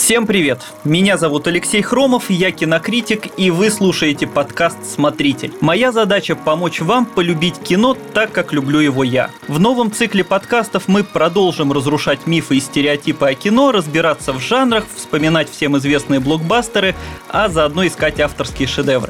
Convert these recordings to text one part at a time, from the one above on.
Всем привет! Меня зовут Алексей Хромов, я кинокритик, и вы слушаете подкаст «Смотритель». Моя задача – помочь вам полюбить кино так, как люблю его я. В новом цикле подкастов мы продолжим разрушать мифы и стереотипы о кино, разбираться в жанрах, вспоминать всем известные блокбастеры, а заодно искать авторские шедевры.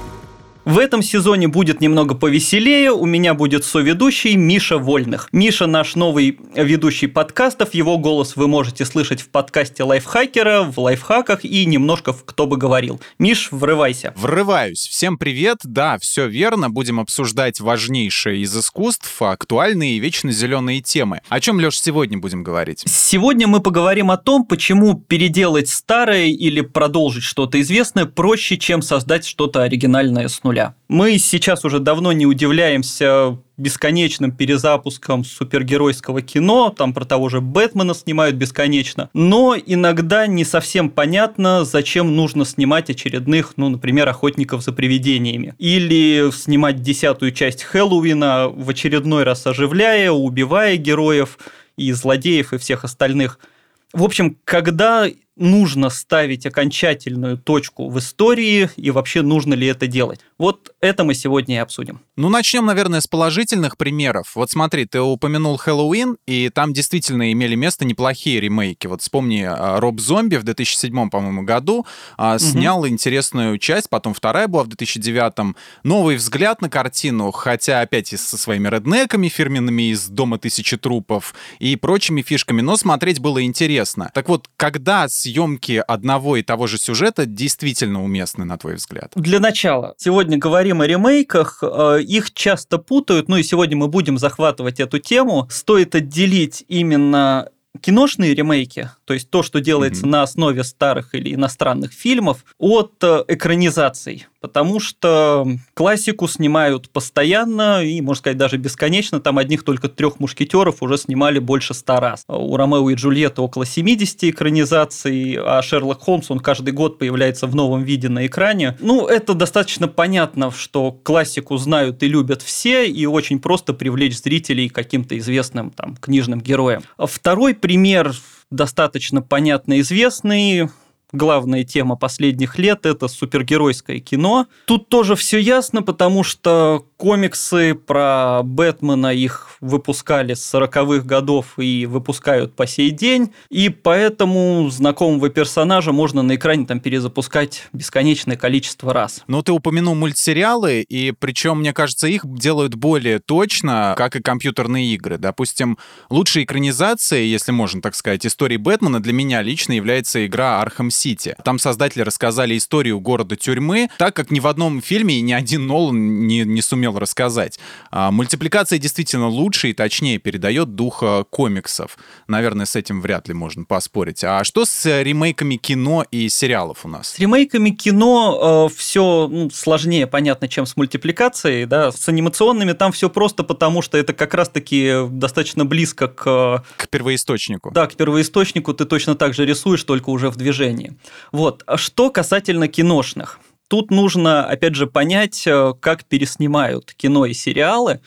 В этом сезоне будет немного повеселее, у меня будет соведущий Миша Вольных. Миша наш новый ведущий подкастов, его голос вы можете слышать в подкасте Лайфхакера, в Лайфхаках и немножко в «Кто бы говорил». Миш, врывайся. Врываюсь. Всем привет. Да, все верно, будем обсуждать важнейшие из искусств, актуальные и вечно зеленые темы. О чем, Леш, сегодня будем говорить? Сегодня мы поговорим о том, почему переделать старое или продолжить что-то известное проще, чем создать что-то оригинальное с нуля. Мы сейчас уже давно не удивляемся бесконечным перезапускам супергеройского кино, там про того же Бэтмена снимают бесконечно, но иногда не совсем понятно, зачем нужно снимать очередных, например, «Охотников за привидениями», или снимать 10-ю часть Хэллоуина, в очередной раз оживляя, убивая героев и злодеев, и всех остальных. В общем, когда нужно ставить окончательную точку в истории и вообще нужно ли это делать? Вот это мы сегодня и обсудим. Начнем, наверное, с положительных примеров. Вот смотри, ты упомянул Хэллоуин, и там действительно имели место неплохие ремейки. Вот вспомни, Роб Зомби в 2007, по-моему, году снял интересную часть, потом вторая была в 2009. Новый взгляд на картину, хотя опять со своими реднеками фирменными из «Дома тысячи трупов» и прочими фишками, но смотреть было интересно. Так вот, когда съемки одного и того же сюжета действительно уместны, на твой взгляд? Для начала, сегодня говорим о ремейках, их часто путают, и сегодня мы будем захватывать эту тему. Стоит отделить именно киношные ремейки, то есть то, что делается на основе старых или иностранных фильмов, от экранизаций, потому что классику снимают постоянно и, можно сказать, даже бесконечно. Там одних только «Трех мушкетеров» уже снимали больше 100 раз. У «Ромео и Джульетты» около 70 экранизаций, а «Шерлок Холмс», он каждый год появляется в новом виде на экране. Это достаточно понятно, что классику знают и любят все, и очень просто привлечь зрителей к каким-то известным книжным героям. Второй пример достаточно понятно известный. Главная тема последних лет – это супергеройское кино. Тут тоже все ясно, потому что комиксы про Бэтмена, их выпускали с 40-х годов и выпускают по сей день, и поэтому знакомого персонажа можно на экране перезапускать бесконечное количество раз. Ты упомянул мультсериалы, и причем, мне кажется, их делают более точно, как и компьютерные игры. Допустим, лучшей экранизацией, если можно так сказать, истории Бэтмена для меня лично является игра Arkham City. Там создатели рассказали историю города-тюрьмы, так как ни в одном фильме ни один Нолан не сумел рассказать. Мультипликация действительно лучше и точнее передает дух комиксов. Наверное, с этим вряд ли можно поспорить. А что с ремейками кино и сериалов у нас? С ремейками кино все сложнее, понятно, чем с мультипликацией. Да? С анимационными там все просто, потому что это как раз-таки достаточно близко к первоисточнику. Да, к первоисточнику ты точно так же рисуешь, только уже в движении. Вот. А что касательно киношных? Тут нужно, опять же, понять, как переснимают кино и сериалы.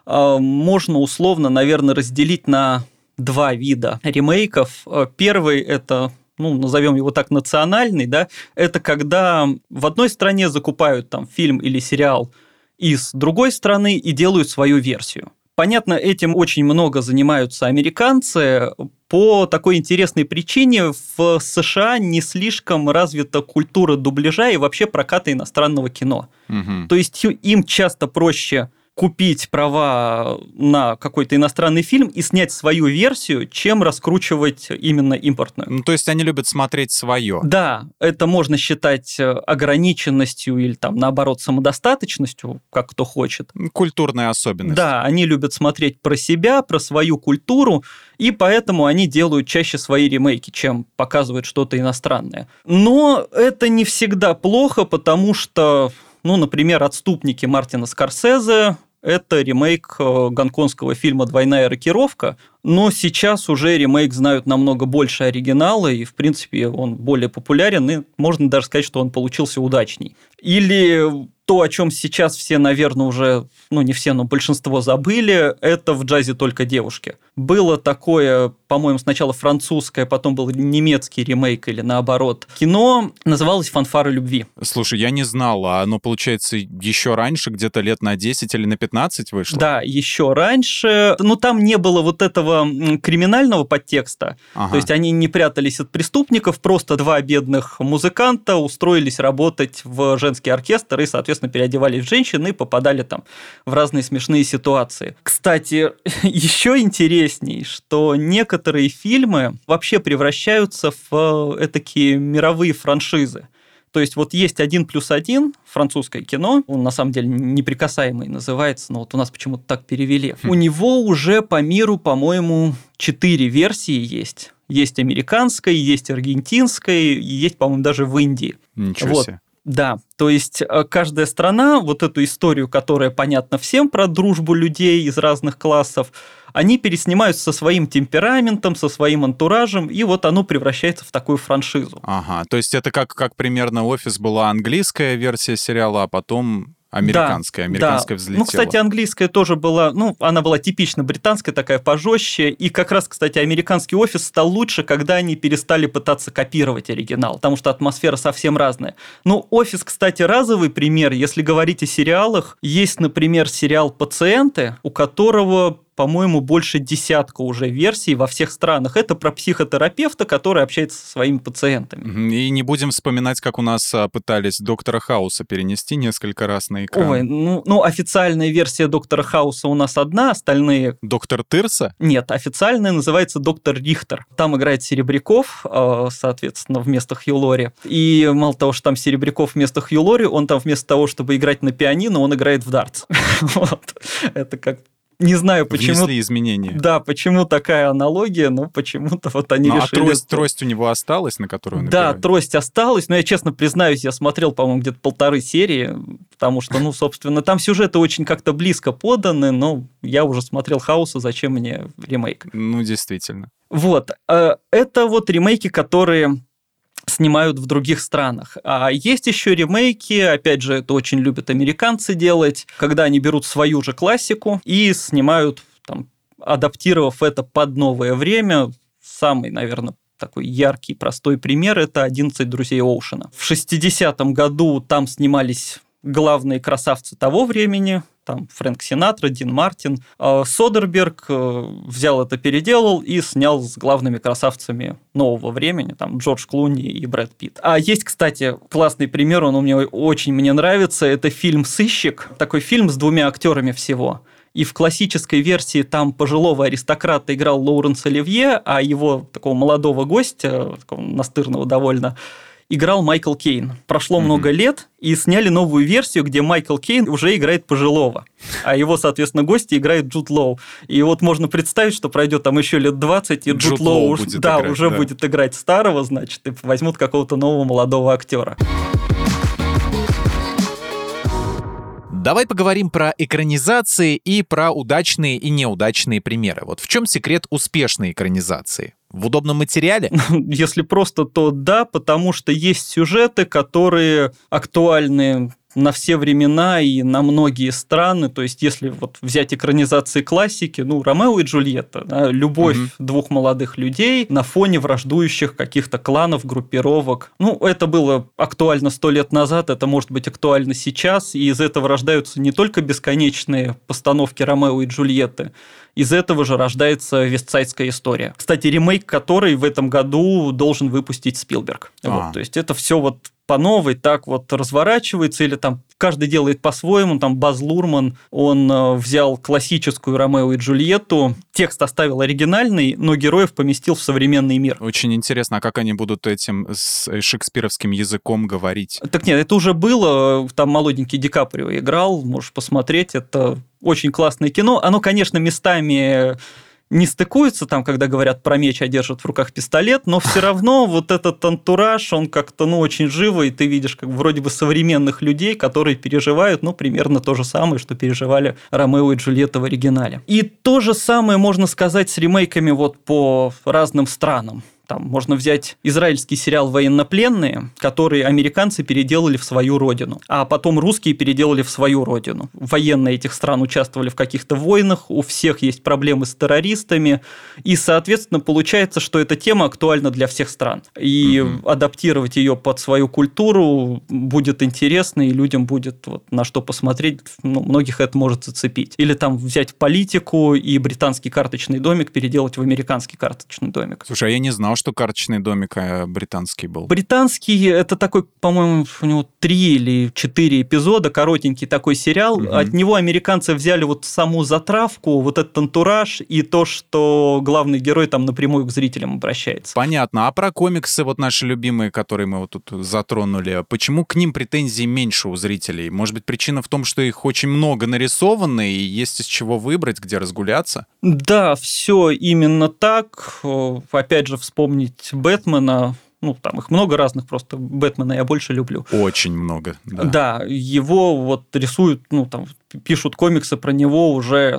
Можно условно, наверное, разделить на два вида ремейков. Первый – это, назовем его так, национальный, да? Это когда в одной стране закупают фильм или сериал из другой страны и делают свою версию. Понятно, этим очень много занимаются американцы. По такой интересной причине в США не слишком развита культура дубляжа и вообще проката иностранного кино. То есть им часто проще купить права на какой-то иностранный фильм и снять свою версию, чем раскручивать именно импортную. То есть они любят смотреть свое. Да, это можно считать ограниченностью или наоборот самодостаточностью, как кто хочет. Культурная особенность. Да, они любят смотреть про себя, про свою культуру, и поэтому они делают чаще свои ремейки, чем показывают что-то иностранное. Но это не всегда плохо, потому что, например, «Отступники» Мартина Скорсезе – это ремейк гонконгского фильма «Двойная рокировка», но сейчас уже ремейк знают намного больше оригинала, и, в принципе, он более популярен, и можно даже сказать, что он получился удачней. Или то, о чем сейчас все, наверное, уже, не все, но большинство забыли, это «В джазе только девушки». Было такое, по-моему, сначала французское, потом был немецкий ремейк или наоборот кино, называлось «Фанфары любви». Слушай, я не знал, а оно, получается, еще раньше, где-то лет на 10 или на 15 вышло? Да, еще раньше. Но там не было вот этого криминального подтекста. Ага. То есть они не прятались от преступников, просто два бедных музыканта устроились работать в женский оркестр и, соответственно, переодевались в женщин и попадали там в разные смешные ситуации. Кстати, еще интересней, что некоторые фильмы вообще превращаются в такие мировые франшизы. То есть вот есть «1+1», французское кино, он на самом деле «Неприкасаемый» называется, но вот у нас почему-то так перевели. У него уже по миру, по-моему, 4 версии есть. Есть американская, есть аргентинская, есть, по-моему, даже в Индии. Ничего себе. Да, то есть каждая страна, вот эту историю, которая понятна всем про дружбу людей из разных классов, они переснимают со своим темпераментом, со своим антуражем, и вот оно превращается в такую франшизу. Ага, то есть это как примерно «Офис» была английская версия сериала, а потом американская взлетела. Ну, кстати, английская тоже была, она была типично британская, такая пожестче, и как раз, кстати, американский «Офис» стал лучше, когда они перестали пытаться копировать оригинал, потому что атмосфера совсем разная. Но «Офис», кстати, разовый пример, если говорить о сериалах, есть, например, сериал «Пациенты», у которого, по-моему, больше десятка уже версий во всех странах. Это про психотерапевта, который общается со своими пациентами. И не будем вспоминать, как у нас пытались «Доктора Хауса» перенести несколько раз на экран. Ой, официальная версия «Доктора Хауса» у нас одна, остальные... «Доктор Тырса»? Нет, официальная называется «Доктор Рихтер». Там играет Серебряков, соответственно, вместо Хью Лори. И мало того, что там Серебряков вместо Хью Лори, он там вместо того, чтобы играть на пианино, он играет в дартс. Это как... Не знаю, почему... Внесли изменения. Да, почему такая аналогия, но почему-то вот они решили... А трость у него осталась, на которую он Да, играет? трость осталась, но я честно признаюсь, я смотрел, по-моему, где-то 1,5 серии, потому что, собственно, там сюжеты очень как-то близко поданы, но я уже смотрел «Хауса», зачем мне ремейк? Действительно. Вот, это вот ремейки, которые... снимают в других странах. А есть еще ремейки, опять же, это очень любят американцы делать, когда они берут свою же классику и снимают, адаптировав это под новое время. Самый, наверное, такой яркий, простой пример – это «11 друзей Оушена». В 60-м году там снимались главные красавцы того времени, там Фрэнк Синатра, Дин Мартин. Содерберг взял это, переделал и снял с главными красавцами нового времени, там Джордж Клуни и Брэд Питт. А есть, кстати, классный пример, он мне очень нравится, это фильм «Сыщик», такой фильм с 2 актерами всего. И в классической версии там пожилого аристократа играл Лоуренс Оливье, а его такого молодого гостя, такого настырного довольно, играл Майкл Кейн. Прошло много лет, и сняли новую версию, где Майкл Кейн уже играет пожилого, а его, соответственно, гости играет Джуд Лоу. И вот можно представить, что пройдет там еще лет 20, и Джуд Лоу будет играть старого, значит, и возьмут какого-то нового молодого актера. Давай поговорим про экранизации и про удачные и неудачные примеры. Вот в чем секрет успешной экранизации? В удобном материале? Если просто, то да, потому что есть сюжеты, которые актуальны на все времена и на многие страны. То есть, если вот взять экранизации классики, Ромео и Джульетта, да, любовь двух молодых людей на фоне враждующих каких-то кланов, группировок. Это было актуально 100 лет назад, это может быть актуально сейчас, и из этого рождаются не только бесконечные постановки Ромео и Джульетты, из этого же рождается «Вестсайдская история». Кстати, ремейк которой в этом году должен выпустить Спилберг. То есть, это все вот по новой так вот разворачивается, или там каждый делает по-своему, там Баз Лурман, он взял классическую Ромео и Джульетту, текст оставил оригинальный, но героев поместил в современный мир. Очень интересно, а как они будут этим с шекспировским языком говорить? Так нет, это уже было, там молоденький Ди Каприо играл, можешь посмотреть, это очень классное кино, оно, конечно, местами... не стыкуются там, когда говорят про меч, а держат в руках пистолет, но все равно вот этот антураж, он как-то, очень живой, и ты видишь как вроде бы современных людей, которые переживают, примерно то же самое, что переживали Ромео и Джульетта в оригинале. И то же самое можно сказать с ремейками вот по разным странам. Там можно взять израильский сериал «Военнопленные», который американцы переделали в свою родину, а потом русские переделали в свою родину. Военные этих стран участвовали в каких-то войнах, у всех есть проблемы с террористами, и, соответственно, получается, что эта тема актуальна для всех стран. И адаптировать ее под свою культуру будет интересно, и людям будет на что посмотреть, многих это может зацепить. Или там взять политику и британский карточный домик переделать в американский карточный домик. Слушай, а я не знал, что карточный домик британский был. Британский, это такой, по-моему, у него 3 или 4 эпизода, коротенький такой сериал. От него американцы взяли саму затравку, этот антураж и то, что главный герой там напрямую к зрителям обращается. Понятно. А про комиксы наши любимые, которые мы тут затронули, почему к ним претензий меньше у зрителей? Может быть, причина в том, что их очень много нарисовано и есть из чего выбрать, где разгуляться? Да, все именно так. Опять же, вспомнить Бэтмена. Там их много разных, просто Бэтмена я больше люблю. Очень много, да. Да, его рисуют, пишут комиксы про него уже,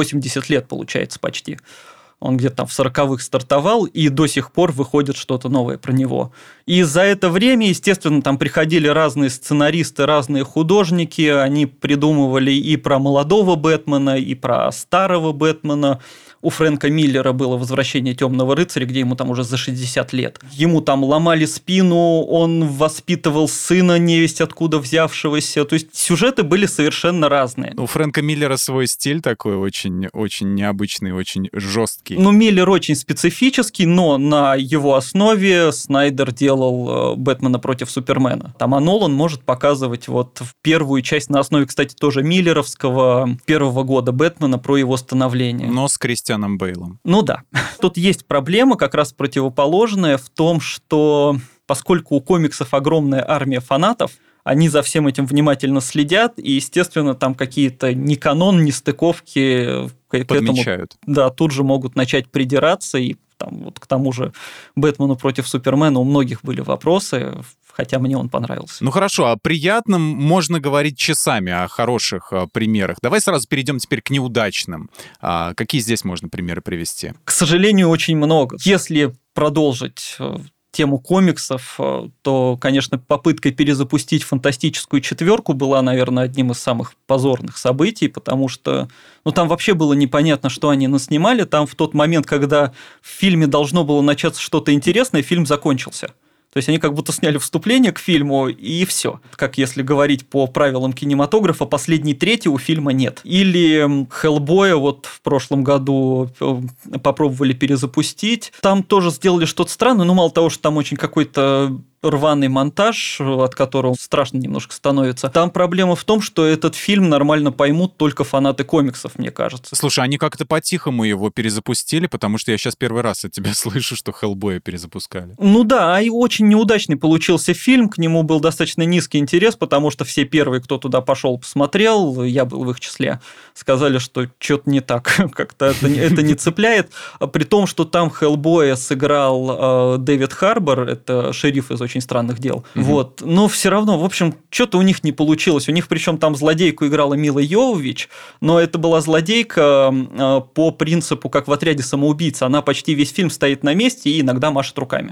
80 лет получается почти. Он где-то там в 40-х стартовал, и до сих пор выходит что-то новое про него. И за это время, естественно, там приходили разные сценаристы, разные художники, они придумывали и про молодого Бэтмена, и про старого Бэтмена. У Фрэнка Миллера было «Возвращение темного рыцаря», где ему там уже за 60 лет. Ему там ломали спину, он воспитывал сына невесть откуда взявшегося. То есть сюжеты были совершенно разные. У Фрэнка Миллера свой стиль такой очень, очень необычный, очень жесткий. Миллер очень специфический, но на его основе Снайдер делал «Бэтмена против Супермена». А Нолан может показывать в первую часть на основе, кстати, тоже миллеровского первого года Бэтмена про его становление. Но с Кристианом Бейлом. Да. Тут есть проблема как раз противоположная в том, что поскольку у комиксов огромная армия фанатов, они за всем этим внимательно следят, и, естественно, там какие-то ни канон, ни стыковки подмечают. К этому, тут же могут начать придираться, и там, к тому же Бэтмену против Супермена у многих были вопросы, хотя мне он понравился. Хорошо, о приятном можно говорить часами, о хороших примерах. Давай сразу перейдем теперь к неудачным. Какие здесь можно примеры привести? К сожалению, очень много. Если продолжить тему комиксов, то, конечно, попытка перезапустить «Фантастическую четверку» была, наверное, одним из самых позорных событий, потому что там вообще было непонятно, что они наснимали. Там в тот момент, когда в фильме должно было начаться что-то интересное, фильм закончился. То есть они как будто сняли вступление к фильму, и все. Как если говорить по правилам кинематографа, последней трети у фильма нет. Или «Хеллбоя» в прошлом году попробовали перезапустить. Там тоже сделали что-то странное, мало того, что там очень какой-то рваный монтаж, от которого страшно немножко становится. Там проблема в том, что этот фильм нормально поймут только фанаты комиксов, мне кажется. Слушай, они как-то по-тихому его перезапустили, потому что я сейчас первый раз от тебя слышу, что «Хеллбоя» перезапускали. Да, и очень неудачный получился фильм, к нему был достаточно низкий интерес, потому что все первые, кто туда пошел, посмотрел, я был в их числе, сказали, что что-то не так, как-то это не цепляет, при том, что там Хеллбоя сыграл Дэвид Харбор, это шериф из «Очень странных дел». Но все равно, в общем, что-то у них не получилось. У них, причем там злодейку играла Мила Йовович, но это была злодейка по принципу, как в «Отряде самоубийц». Она почти весь фильм стоит на месте и иногда машет руками.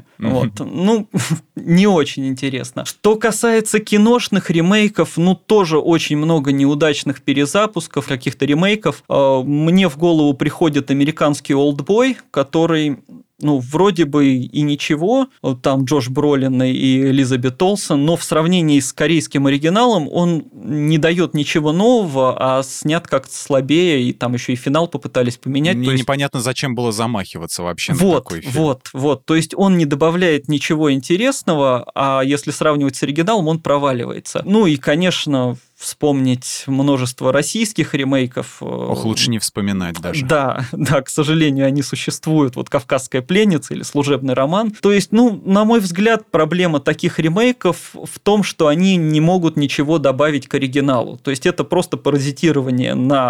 Не очень интересно. Что касается киношных ремейков, тоже очень много неудачных перезапусков, каких-то ремейков. Мне в голову приходит американский «Олдбой», который... вроде бы и ничего, там Джош Бролин и Элизабет Олсен, но в сравнении с корейским оригиналом он не дает ничего нового, а снят как-то слабее, и там еще и финал попытались поменять. Непонятно, зачем было замахиваться вообще на такой фильм. То есть он не добавляет ничего интересного, а если сравнивать с оригиналом, он проваливается. И, конечно, вспомнить множество российских ремейков. Лучше не вспоминать даже. Да, к сожалению, они существуют. «Кавказская пленница» или «Служебный роман». То есть, на мой взгляд, проблема таких ремейков в том, что они не могут ничего добавить к оригиналу. То есть, это просто паразитирование на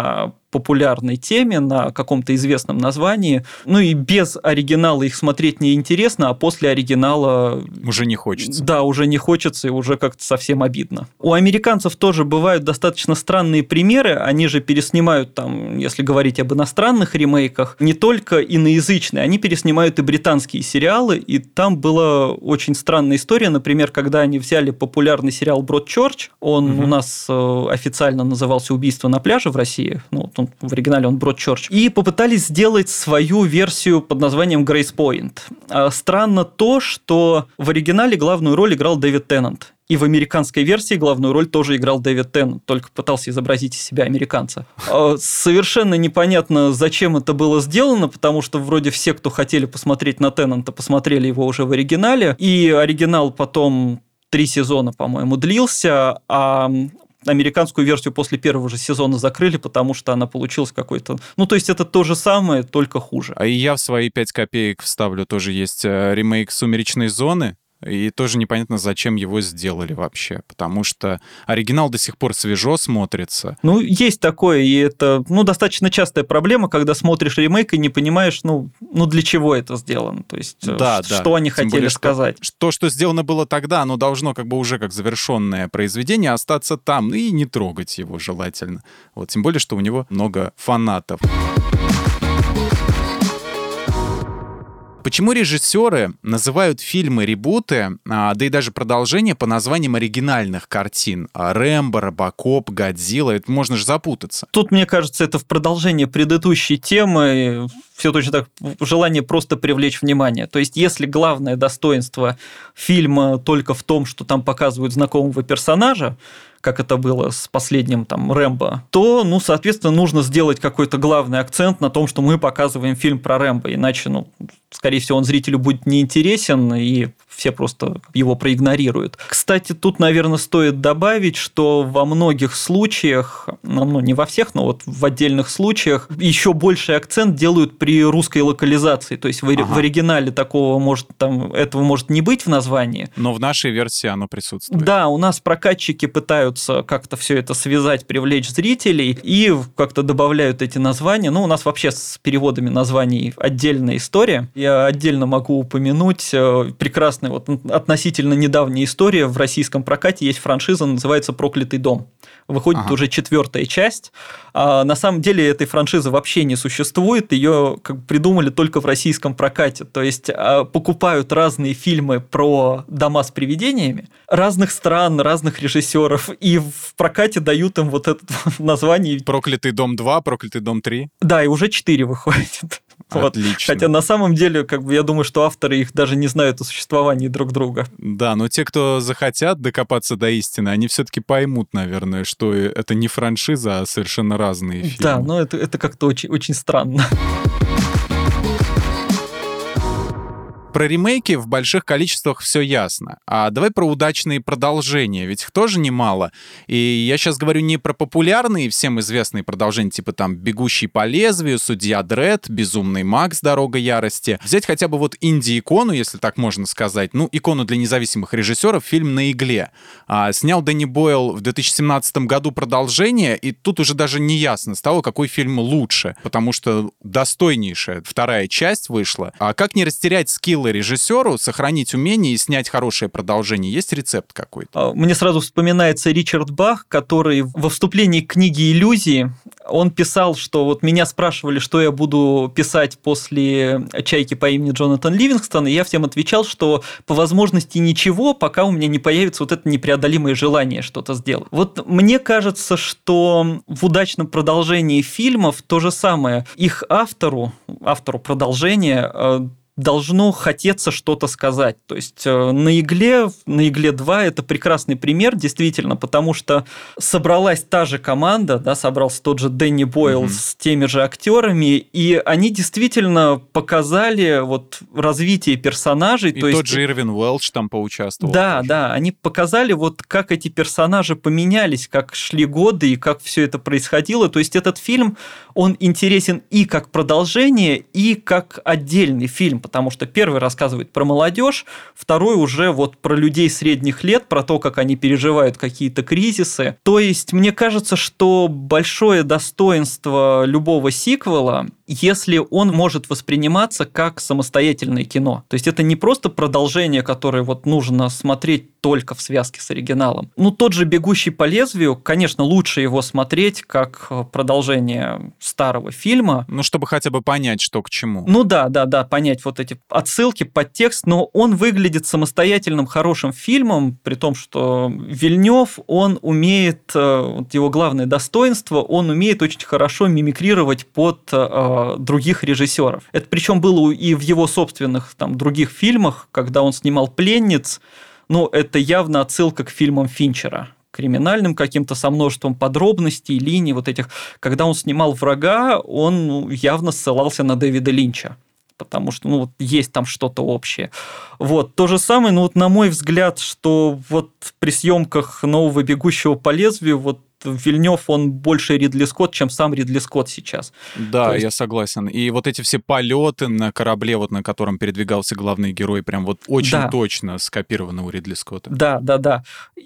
популярной теме, на каком-то известном названии. Ну и без оригинала их смотреть неинтересно, а после оригинала... Уже не хочется. Да, уже не хочется, и уже как-то совсем обидно. У американцев тоже бывают достаточно странные примеры. Они же переснимают там, если говорить об иностранных ремейках, не только иноязычные, они переснимают и британские сериалы, и там была очень странная история. Например, когда они взяли популярный сериал «Бродчерч», он у нас официально назывался «Убийство на пляже» в России, ну, в оригинале он «Бродчерч», и попытались сделать свою версию под названием «Грейс Пойнт». Странно то, что в оригинале главную роль играл Дэвид Теннант. И в американской версии главную роль тоже играл Дэвид Теннант, только пытался изобразить из себя американца. Совершенно непонятно, зачем это было сделано, потому что вроде все, кто хотели посмотреть на Теннанта, посмотрели его уже в оригинале, и оригинал потом 3 сезона, по-моему, длился, а американскую версию после первого же сезона закрыли, потому что она получилась какой-то... Ну, то есть это то же самое, только хуже. А и я в свои 5 копеек вставлю, тоже есть ремейк «Сумеречной зоны», и тоже непонятно, зачем его сделали вообще, потому что оригинал до сих пор свежо смотрится. Ну, есть такое, и это, достаточно частая проблема, когда смотришь ремейк и не понимаешь, для чего это сделано, то есть, что они хотели более, сказать. Что сделано было тогда, оно должно как бы уже как завершенное произведение остаться там, и не трогать его желательно. Вот, тем более, что у него много фанатов. Почему режиссеры называют фильмы ребуты, да и даже продолжения по названиям оригинальных картин? «Рэмбо», «Робокоп», «Годзилла», это можно же запутаться. Тут, мне кажется, это в продолжение предыдущей темы, все точно так, желание просто привлечь внимание. То есть, если главное достоинство фильма только в том, что там показывают знакомого персонажа, как это было с последним там Рэмбо, то, соответственно, нужно сделать какой-то главный акцент на том, что мы показываем фильм про Рэмбо, иначе, скорее всего, он зрителю будет неинтересен, и все просто его проигнорируют. Кстати, тут, наверное, стоит добавить, что во многих случаях, не во всех, но вот в отдельных случаях, еще больший акцент делают при русской локализации. То есть в оригинале этого может не быть в названии. Но в нашей версии оно присутствует. Да, у нас прокатчики пытаются как-то все это связать, привлечь зрителей и как-то добавляют эти названия. У нас вообще с переводами названий отдельная история. Я отдельно могу упомянуть прекрасная, относительно недавняя история. В российском прокате есть франшиза, называется «Проклятый дом». Выходит уже 4-я часть. А на самом деле этой франшизы вообще не существует, ее придумали только в российском прокате. То есть покупают разные фильмы про дома с привидениями разных стран, разных режиссеров, и в прокате дают им вот это название. «Проклятый дом 2», «Проклятый дом 3». Да, и уже 4 выходит. Отлично. Хотя на самом деле, я думаю, что авторы их даже не знают о существовании друг друга. Да, но те, кто захотят докопаться до истины, они все-таки поймут, наверное, что это не франшиза, а совершенно разные фильмы. Да, но это как-то очень, очень странно. Про ремейки в больших количествах все ясно. А давай про удачные продолжения, ведь их тоже немало. И я сейчас говорю не про популярные, всем известные продолжения, типа там «Бегущий по лезвию», «Судья Дредд», «Безумный Макс», «Дорога ярости». Взять хотя бы вот инди-икону, если так можно сказать, икону для независимых режиссеров, фильм «На игле». Снял Дэнни Бойл в 2017 году продолжение, и тут уже даже не ясно стало, какой фильм лучше, потому что достойнейшая 2-я часть вышла. А как не растерять скиллы режиссеру, сохранить умение и снять хорошее продолжение? Есть рецепт какой-то? Мне сразу вспоминается Ричард Бах, который во вступлении к книге «Иллюзии» он писал, что меня спрашивали, что я буду писать после «Чайки» по имени Джонатан Ливингстон, и я всем отвечал, что по возможности ничего, пока у меня не появится это непреодолимое желание что-то сделать. Мне кажется, что в удачном продолжении фильмов то же самое. Их автору продолжения должно хотеться что-то сказать. То есть на игле 2 это прекрасный пример, действительно, потому что собралась та же команда, собрался тот же Дэнни Бойл с теми же актерами, и они действительно показали развитие персонажей. И тот же Ирвин Уэлч там поучаствовал. Да, они показали, как эти персонажи поменялись, как шли годы и как все это происходило. То есть этот фильм, он интересен и как продолжение, и как отдельный фильм, потому что первый рассказывает про молодежь, второй уже вот про людей средних лет, про то, как они переживают какие-то кризисы. То есть, мне кажется, что большое достоинство любого сиквела, если он может восприниматься как самостоятельное кино. То есть, это не просто продолжение, которое вот нужно смотреть только в связке с оригиналом. Ну, тот же «Бегущий по лезвию», конечно, лучше его смотреть как продолжение старого фильма. Ну, чтобы хотя бы понять, что к чему. Ну да, понять вот эти отсылки, подтекст, но он выглядит самостоятельным хорошим фильмом, при том, что Вильнёв, он умеет, вот его главное достоинство, он умеет очень хорошо мимикрировать под других режиссеров. Это причем было и в его собственных там других фильмах, когда он снимал «Пленниц», ну, это явно отсылка к фильмам Финчера, криминальным каким-то, со множеством подробностей, линий вот этих. Когда он снимал «Врага», он явно ссылался на Дэвида Линча, потому что вот есть там что-то общее. Вот. То же самое, ну, вот, на мой взгляд, что вот при съемках нового «Бегущего по лезвию» вот Вильнёв, он больше Ридли Скотт, чем сам Ридли Скотт сейчас. Да, я согласен. И вот эти все полеты на корабле, вот на котором передвигался главный герой, прям вот очень точно скопированы у Ридли Скотта. Да.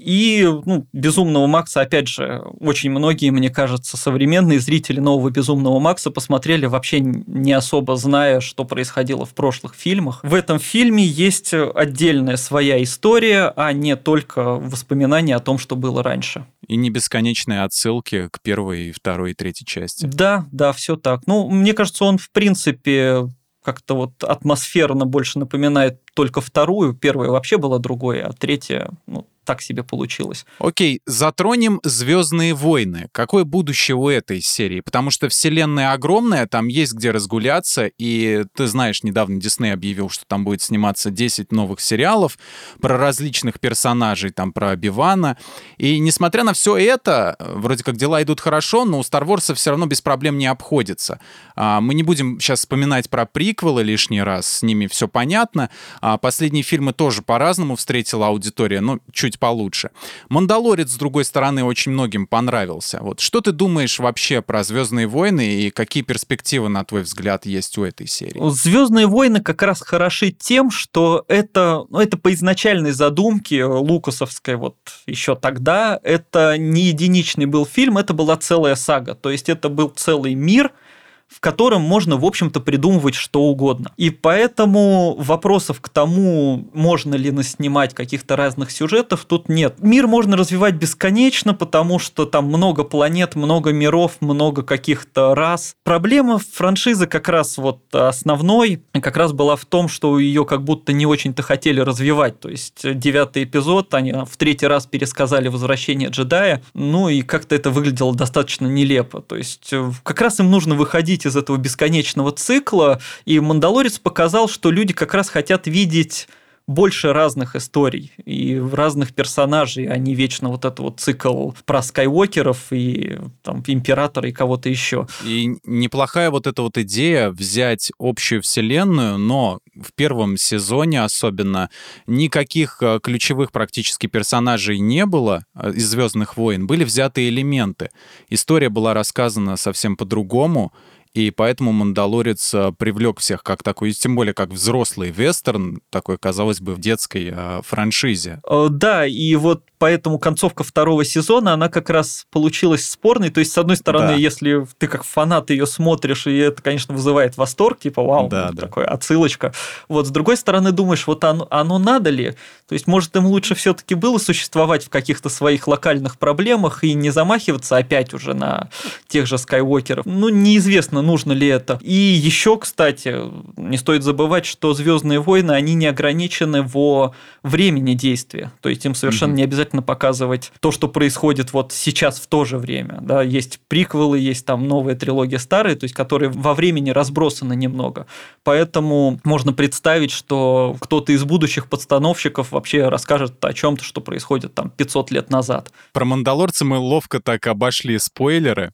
И «Безумного Макса», опять же, очень многие, мне кажется, современные зрители нового «Безумного Макса» посмотрели вообще не особо зная, что происходило в прошлых фильмах. В этом фильме есть отдельная своя история, а не только воспоминания о том, что было раньше. И не бесконечные отсылки к первой, второй и третьей части. Да, все так. Ну, мне кажется, он, в принципе, как-то вот атмосферно больше напоминает только вторую. Первая вообще была другой, а третья, так себе получилось. Окей, затронем «Звездные войны». Какое будущее у этой серии? Потому что вселенная огромная, там есть где разгуляться, и ты знаешь, недавно Дисней объявил, что там будет сниматься 10 новых сериалов про различных персонажей, там про Оби-Вана. И несмотря на все это, вроде как дела идут хорошо, но у Star Wars все равно без проблем не обходится. Мы не будем сейчас вспоминать про приквелы лишний раз, с ними все понятно. Последние фильмы тоже по-разному встретила аудитория, но чуть получше. «Мандалорец», с другой стороны, очень многим понравился. Вот что ты думаешь вообще про «Звездные войны» и какие перспективы, на твой взгляд, есть у этой серии? «Звездные войны» как раз хороши тем, что это по изначальной задумке лукасовской вот еще тогда, это не единичный был фильм, это была целая сага. То есть это был целый мир, в котором можно, в общем-то, придумывать что угодно. И поэтому вопросов к тому, можно ли наснимать каких-то разных сюжетов, тут нет. Мир можно развивать бесконечно, потому что там много планет, много миров, много каких-то рас. Проблема франшизы как раз вот основной, как раз была в том, что ее как будто не очень-то хотели развивать. То есть 9-й эпизод, они в 3-й раз пересказали «Возвращение джедая», и как-то это выглядело достаточно нелепо. То есть как раз им нужно выходить из этого бесконечного цикла, и «Мандалорец» показал, что люди как раз хотят видеть больше разных историй и разных персонажей, а не вечно вот этот вот цикл про скайуокеров и там императора и кого-то еще. И неплохая вот эта вот идея взять общую вселенную, но в первом сезоне особенно никаких ключевых практически персонажей не было из «Звездных войн», были взяты элементы. История была рассказана совсем по-другому, и поэтому «Мандалорец» привлек всех как такой, тем более как взрослый вестерн, такой, казалось бы, в детской франшизе. Да, и вот поэтому концовка 2-го сезона, она как раз получилась спорной. То есть, с одной стороны, если ты как фанат ее смотришь, и это, конечно, вызывает восторг, типа, вау, такая отсылочка. Вот, с другой стороны, думаешь, вот оно надо ли? То есть, может, им лучше все-таки было существовать в каких-то своих локальных проблемах и не замахиваться опять уже на тех же скайуокеров. Неизвестно, нужно ли это. И еще, кстати, не стоит забывать, что «Звездные войны», они не ограничены во времени действия. То есть, им совершенно не обязательно показывать то, что происходит вот сейчас в то же время. Да? Есть приквелы, есть там новая трилогия, старая, то есть, которые во времени разбросаны немного. Поэтому можно представить, что кто-то из будущих подстановщиков вообще расскажет о чем-то, что происходит там 500 лет назад. Про «Мандалорца» мы ловко так обошли спойлеры.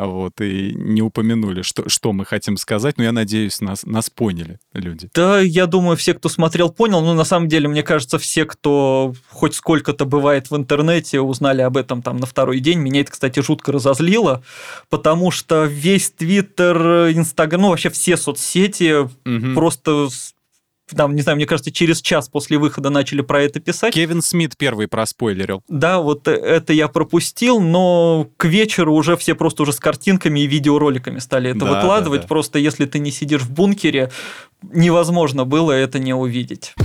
И не упомянули, что мы хотим сказать, но я надеюсь, нас поняли люди. Да, я думаю, все, кто смотрел, понял, но на самом деле, мне кажется, все, кто хоть сколько-то бывает в интернете, узнали об этом там на второй день. Меня это, кстати, жутко разозлило, потому что весь Твиттер, Инстаграм, вообще все соцсети просто там, не знаю, мне кажется, через час после выхода начали про это писать. Кевин Смит первый проспойлерил. Да, вот это я пропустил, но к вечеру уже все просто уже с картинками и видеороликами стали это выкладывать. Да. Просто если ты не сидишь в бункере, невозможно было это не увидеть.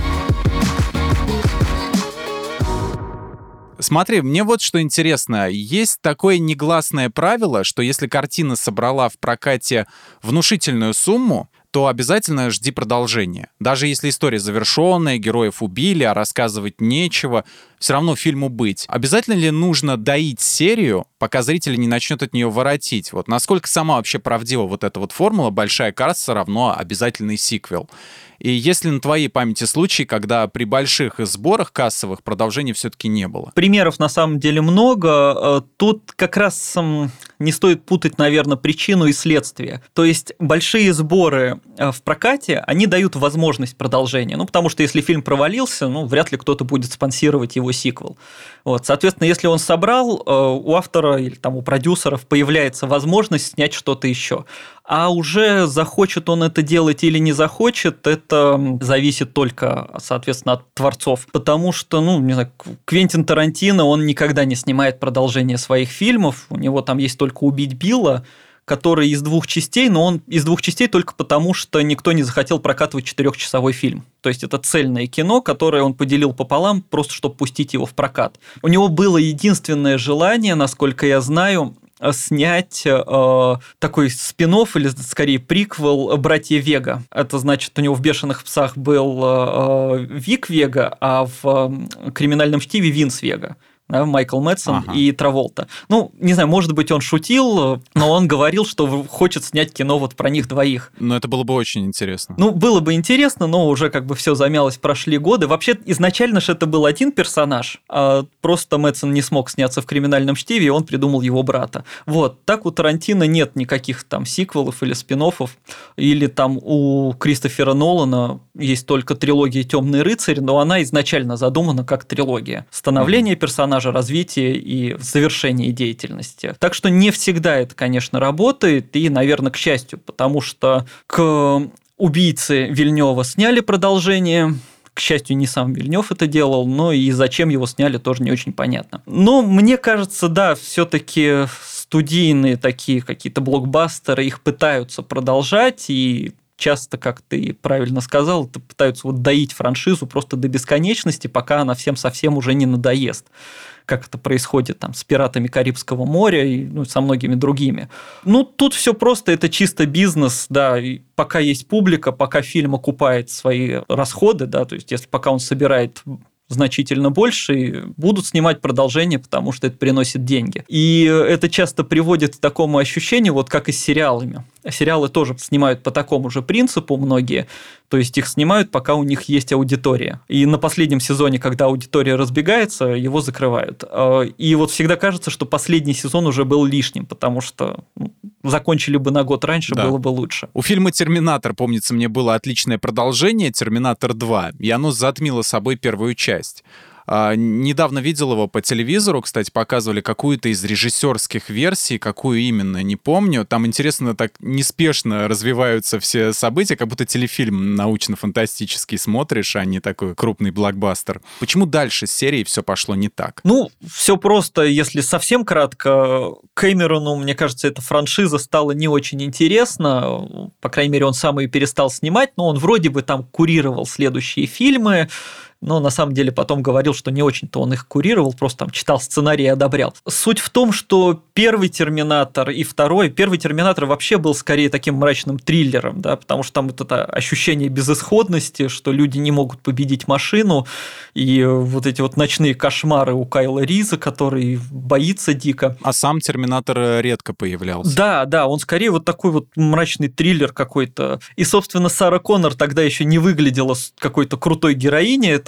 Смотри, мне вот что интересно. Есть такое негласное правило, что если картина собрала в прокате внушительную сумму, то обязательно жди продолжения. Даже если история завершенная, героев убили, а рассказывать нечего, все равно фильму быть. Обязательно ли нужно доить серию, пока зритель не начнет от нее воротить? Вот насколько сама вообще правдива вот эта вот формула «большая касса равно обязательный сиквел»? И есть ли на твоей памяти случаи, когда при больших сборах кассовых продолжений все-таки не было? Примеров на самом деле много. Тут как раз не стоит путать, наверное, причину и следствие. То есть большие сборы в прокате, они дают возможность продолжения. Ну, потому что если фильм провалился, вряд ли кто-то будет спонсировать его сиквел. Вот. Соответственно, если он собрал, у автора или там у продюсеров появляется возможность снять что-то еще. А уже захочет он это делать или не захочет, это зависит только, соответственно, от творцов. Потому что, не знаю, Квентин Тарантино, он никогда не снимает продолжение своих фильмов. У него там есть только «Убить Билла», который из 2 частей, но он из 2 частей только потому, что никто не захотел прокатывать 4-часовой фильм. То есть это цельное кино, которое он поделил пополам, просто чтобы пустить его в прокат. У него было единственное желание, насколько я знаю, снять такой спин-офф, или скорее приквел «Братья Вега». Это значит, у него в «Бешеных псах» был Вик Вега, а в «Криминальном чтиве» Винс Вега. Майкл Мэтсон и Траволта. Не знаю, может быть, он шутил, но он говорил, что хочет снять кино вот про них двоих. Но это было бы очень интересно. Было бы интересно, но уже как бы все замялось, прошли годы. Вообще, изначально же это был один персонаж, а просто Мэтсон не смог сняться в «Криминальном чтиве», и он придумал его брата. Вот. Так у Тарантино нет никаких там сиквелов или спин-оффов, или там у Кристофера Нолана есть только трилогия «Темный рыцарь», но она изначально задумана как трилогия. Становление персонажа, развитие и завершение деятельности. Так что не всегда это, конечно, работает, и, наверное, к счастью, потому что к «Убийце» Вильнёва сняли продолжение. К счастью, не сам Вильнёв это делал, но и зачем его сняли, тоже не очень понятно. Но мне кажется, да, все-таки студийные такие какие-то блокбастеры, их пытаются продолжать, и часто, как ты правильно сказал, пытаются доить франшизу просто до бесконечности, пока она всем совсем уже не надоест. Как это происходит там с «Пиратами Карибского моря» и со многими другими. Тут все просто, это чисто бизнес, да, и пока есть публика, пока фильм окупает свои расходы, да, то есть если пока он собирает значительно больше, и будут снимать продолжение, потому что это приносит деньги. И это часто приводит к такому ощущению, вот как и с сериалами. Сериалы тоже снимают по такому же принципу многие, то есть их снимают, пока у них есть аудитория. И на последнем сезоне, когда аудитория разбегается, его закрывают. И вот всегда кажется, что последний сезон уже был лишним, потому что закончили бы на год раньше, да, было бы лучше. У фильма «Терминатор», помнится, мне было отличное продолжение, «Терминатор 2», и оно затмило собой первую часть. Недавно видел его по телевизору, кстати, показывали какую-то из режиссерских версий, какую именно, не помню. Там, интересно, так неспешно развиваются все события, как будто телефильм научно-фантастический смотришь, а не такой крупный блокбастер. Почему дальше с серией все пошло не так? Все просто, если совсем кратко. Кэмерону, мне кажется, эта франшиза стала не очень интересна. По крайней мере, он сам ее перестал снимать, но он вроде бы там курировал следующие фильмы. Но на самом деле потом говорил, что не очень-то он их курировал, просто там читал сценарий и одобрял. Суть в том, что первый «Терминатор» и второй, первый «Терминатор» вообще был скорее таким мрачным триллером, да, потому что там вот это ощущение безысходности, что люди не могут победить машину, и вот эти вот ночные кошмары у Кайла Риза, который боится дико. А сам «Терминатор» редко появлялся. Да, он скорее вот такой вот мрачный триллер какой-то. И, собственно, Сара Коннор тогда еще не выглядела какой-то крутой героиней, это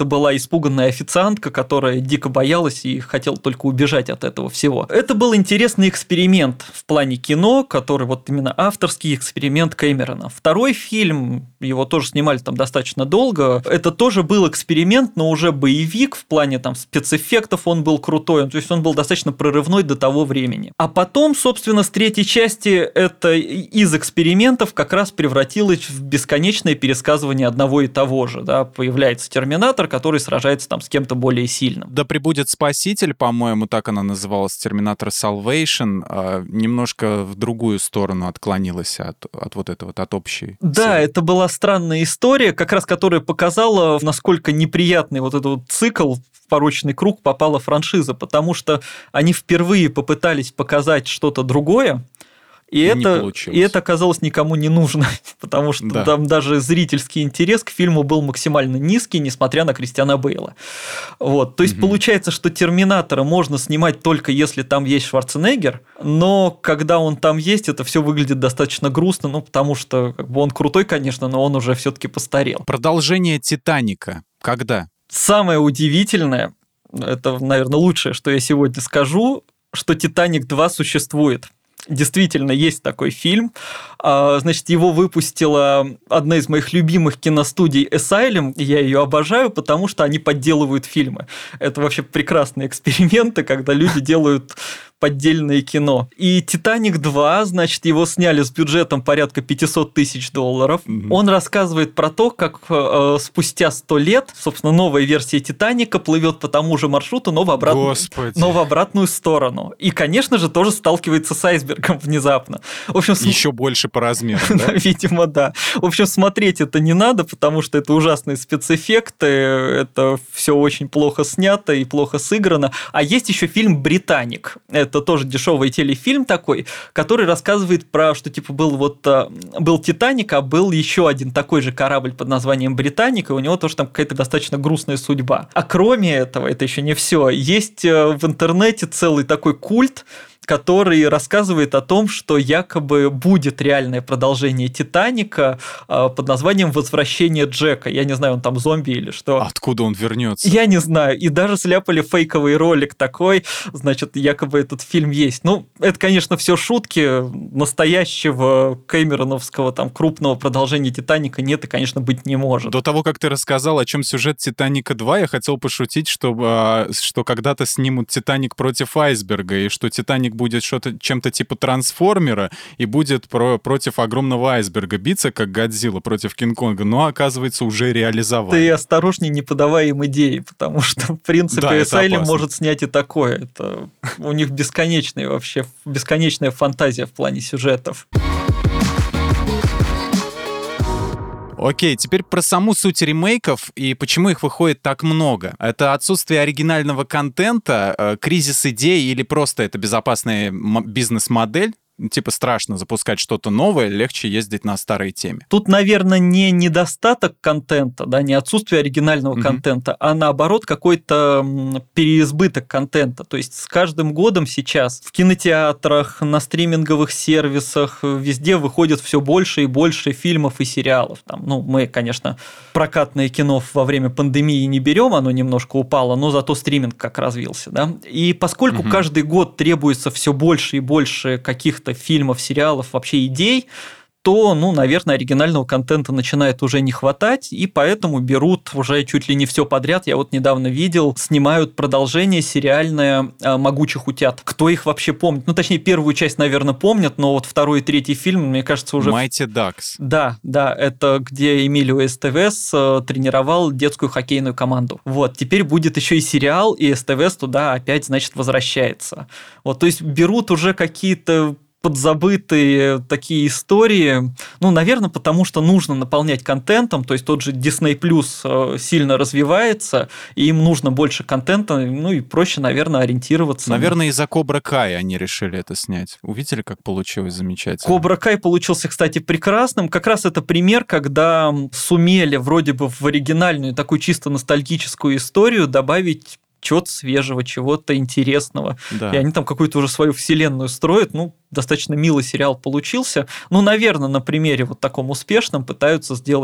это была испуганная официантка, которая дико боялась и хотела только убежать от этого всего. Это был интересный эксперимент в плане кино, который вот именно авторский эксперимент Кэмерона. Второй фильм, его тоже снимали там достаточно долго, это тоже был эксперимент, но уже боевик в плане там спецэффектов, он был крутой, то есть он был достаточно прорывной до того времени. А потом, собственно, с третьей части это из экспериментов как раз превратилось в бесконечное пересказывание одного и того же. Да? Появляется Терминатор, который сражается там с кем-то более сильным. Да пребудет Спаситель, по-моему, так она называлась, Терминатор Salvation, немножко в другую сторону отклонилась от вот этого, от общей. Да, цели. это была странная история, как раз которая показала, насколько неприятный вот этот вот цикл, в порочный круг попала франшиза, потому что они впервые попытались показать что-то другое, и это оказалось никому не нужно, потому что там даже зрительский интерес к фильму был максимально низкий, несмотря на Кристиана Бейла. Вот. То есть получается, что «Терминатора» можно снимать только если там есть Шварценеггер, но когда он там есть, это все выглядит достаточно грустно, ну потому что как бы он крутой, конечно, но он уже все-таки постарел. Продолжение «Титаника» когда? Самое удивительное, это, наверное, лучшее, что я сегодня скажу, что «Титаник 2» существует. Действительно, есть такой фильм. Значит, его выпустила одна из моих любимых киностудий Asylum. Я ее обожаю, потому что они подделывают фильмы. Это вообще прекрасные эксперименты, когда люди делают поддельное кино. И «Титаник 2», значит, его сняли с бюджетом порядка $500 тысяч. Он рассказывает про то, как спустя 100 лет, собственно, новая версия «Титаника» плывет по тому же маршруту, но в обратную сторону. И, конечно же, тоже сталкивается с айсбергом внезапно. В общем, еще больше по размеру, да? Видимо, да. В общем, смотреть это не надо, потому что это ужасные спецэффекты, это все очень плохо снято и плохо сыграно. А есть еще фильм «Британик». Это тоже дешевый телефильм такой, который рассказывает про, что типа был «Титаник», а был еще один такой же корабль под названием «Британик», и у него тоже там какая-то достаточно грустная судьба. А кроме этого, это еще не все. Есть в интернете целый такой культ, который рассказывает о том, что якобы будет реальное продолжение «Титаника» под названием «Возвращение Джека». Я не знаю, он там зомби или что. Откуда он вернется? Я не знаю. И даже сляпали фейковый ролик такой, значит, якобы этот фильм есть. Ну, это, конечно, все шутки. Настоящего кэмероновского там крупного продолжения «Титаника» нет и, конечно, быть не может. До того, как ты рассказал, о чем сюжет «Титаника 2», я хотел пошутить, что когда-то снимут «Титаник против айсберга», и что «Титаник» будет чем-то типа трансформера и будет против огромного айсберга биться, как Годзилла против Кинг-Конга, но, оказывается, уже реализовали. Ты осторожней, не подавай им идеи, потому что, в принципе, Asylum может снять и такое. Это у них бесконечная фантазия в плане сюжетов. Окей, теперь про саму суть ремейков и почему их выходит так много. Это отсутствие оригинального контента, кризис идей или просто это безопасная бизнес-модель? Типа страшно запускать что-то новое, легче ездить на старой теме. Тут, наверное, не недостаток контента, да, не отсутствие оригинального контента, а наоборот какой-то переизбыток контента. То есть с каждым годом сейчас в кинотеатрах, на стриминговых сервисах везде выходит все больше и больше фильмов и сериалов. Там, мы, конечно, прокатное кино во время пандемии не берем, оно немножко упало, но зато стриминг как развился. Да? И поскольку каждый год требуется все больше и больше каких-то фильмов, сериалов, вообще идей, то, наверное, оригинального контента начинает уже не хватать, и поэтому берут уже чуть ли не все подряд. Я вот недавно видел, снимают продолжение сериальное «Могучих утят». Кто их вообще помнит? Точнее, первую часть, наверное, помнят, но вот второй и третий фильм, мне кажется, уже... Mighty Ducks. Да, это где Эмилио Эстевес тренировал детскую хоккейную команду. Вот, теперь будет еще и сериал, и Эстевес туда опять, значит, возвращается. Вот, то есть берут уже какие-то подзабытые такие истории, наверное, потому что нужно наполнять контентом, то есть тот же Disney Plus сильно развивается, и им нужно больше контента, и проще, наверное, ориентироваться. Наверное, из-за Cobra Kai они решили это снять. Увидели, как получилось замечательно? Cobra Kai получился, кстати, прекрасным. Как раз это пример, когда сумели вроде бы в оригинальную такую чисто ностальгическую историю добавить чего-то свежего, чего-то интересного. Да. И они там какую-то уже свою вселенную строят. Достаточно милый сериал получился. Наверное, на примере вот таком успешном пытаются сделать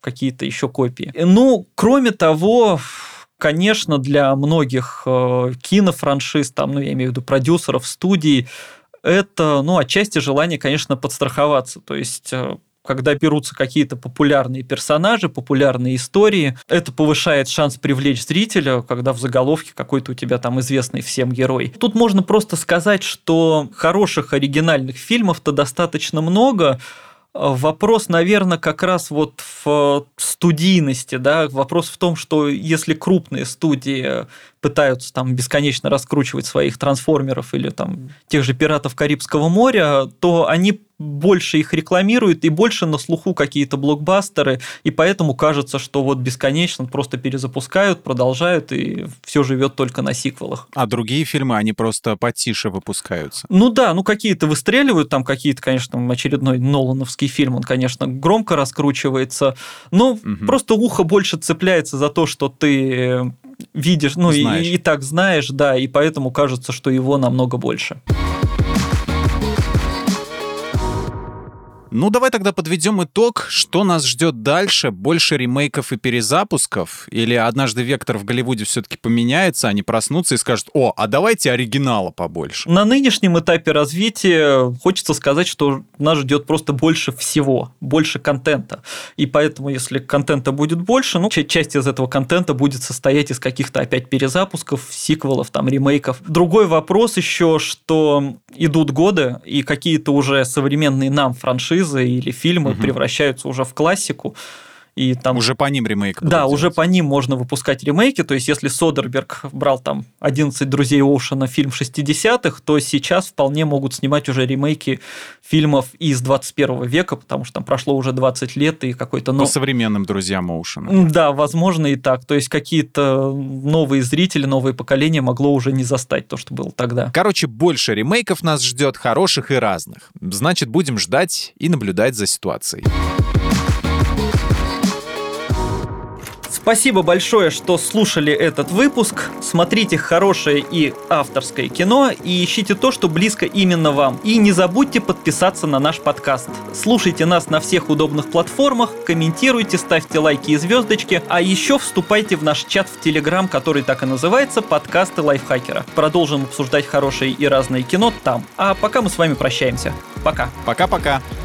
какие-то еще копии. Ну, кроме того, конечно, для многих кинофраншиз, там, ну, я имею в виду продюсеров, студий, это, ну, отчасти желание, конечно, подстраховаться. То есть когда берутся какие-то популярные персонажи, популярные истории, это повышает шанс привлечь зрителя, когда в заголовке какой-то у тебя там известный всем герой. Тут можно просто сказать, что хороших оригинальных фильмов-то достаточно много. Вопрос, наверное, как раз вот в студийности, да, вопрос в том, что если крупные студии пытаются там бесконечно раскручивать своих трансформеров или там тех же пиратов Карибского моря, то они больше их рекламируют и больше на слуху какие-то блокбастеры, и поэтому кажется, что вот бесконечно просто перезапускают, продолжают, и все живет только на сиквелах. А другие фильмы, они просто потише выпускаются. Ну да, ну какие-то выстреливают, там какие-то, конечно, очередной нолановский фильм, он, конечно, громко раскручивается, но просто ухо больше цепляется за то, что ты видишь, ну и так знаешь, да, и поэтому кажется, что его намного больше. Ну, давай тогда подведем итог. Что нас ждет дальше? Больше ремейков и перезапусков? Или однажды вектор в Голливуде все-таки поменяется, они проснутся и скажут: о, а давайте оригинала побольше? На нынешнем этапе развития хочется сказать, что нас ждет просто больше всего, больше контента. И поэтому, если контента будет больше, ну, часть из этого контента будет состоять из каких-то опять перезапусков, сиквелов, там, ремейков. Другой вопрос еще, что идут годы, и какие-то уже современные нам франшизы или фильмы превращаются уже в классику. И там... Уже по ним ремейк. Да, уже по ним можно выпускать ремейки. То есть, если Содерберг брал там 11 друзей Оушена, фильм 60-х, то сейчас вполне могут снимать уже ремейки фильмов из 21 века, потому что там прошло уже 20 лет и какой-то... По современным друзьям Оушена. Да, возможно и так. То есть, какие-то новые зрители, новые поколения могло уже не застать то, что было тогда. Короче, больше ремейков нас ждет, хороших и разных. Значит, будем ждать и наблюдать за ситуацией. Спасибо большое, что слушали этот выпуск. Смотрите хорошее и авторское кино и ищите то, что близко именно вам. И не забудьте подписаться на наш подкаст. Слушайте нас на всех удобных платформах, комментируйте, ставьте лайки и звездочки, а еще вступайте в наш чат в Телеграм, который так и называется «Подкасты лайфхакера». Продолжим обсуждать хорошее и разное кино там. А пока мы с вами прощаемся. Пока. Пока-пока.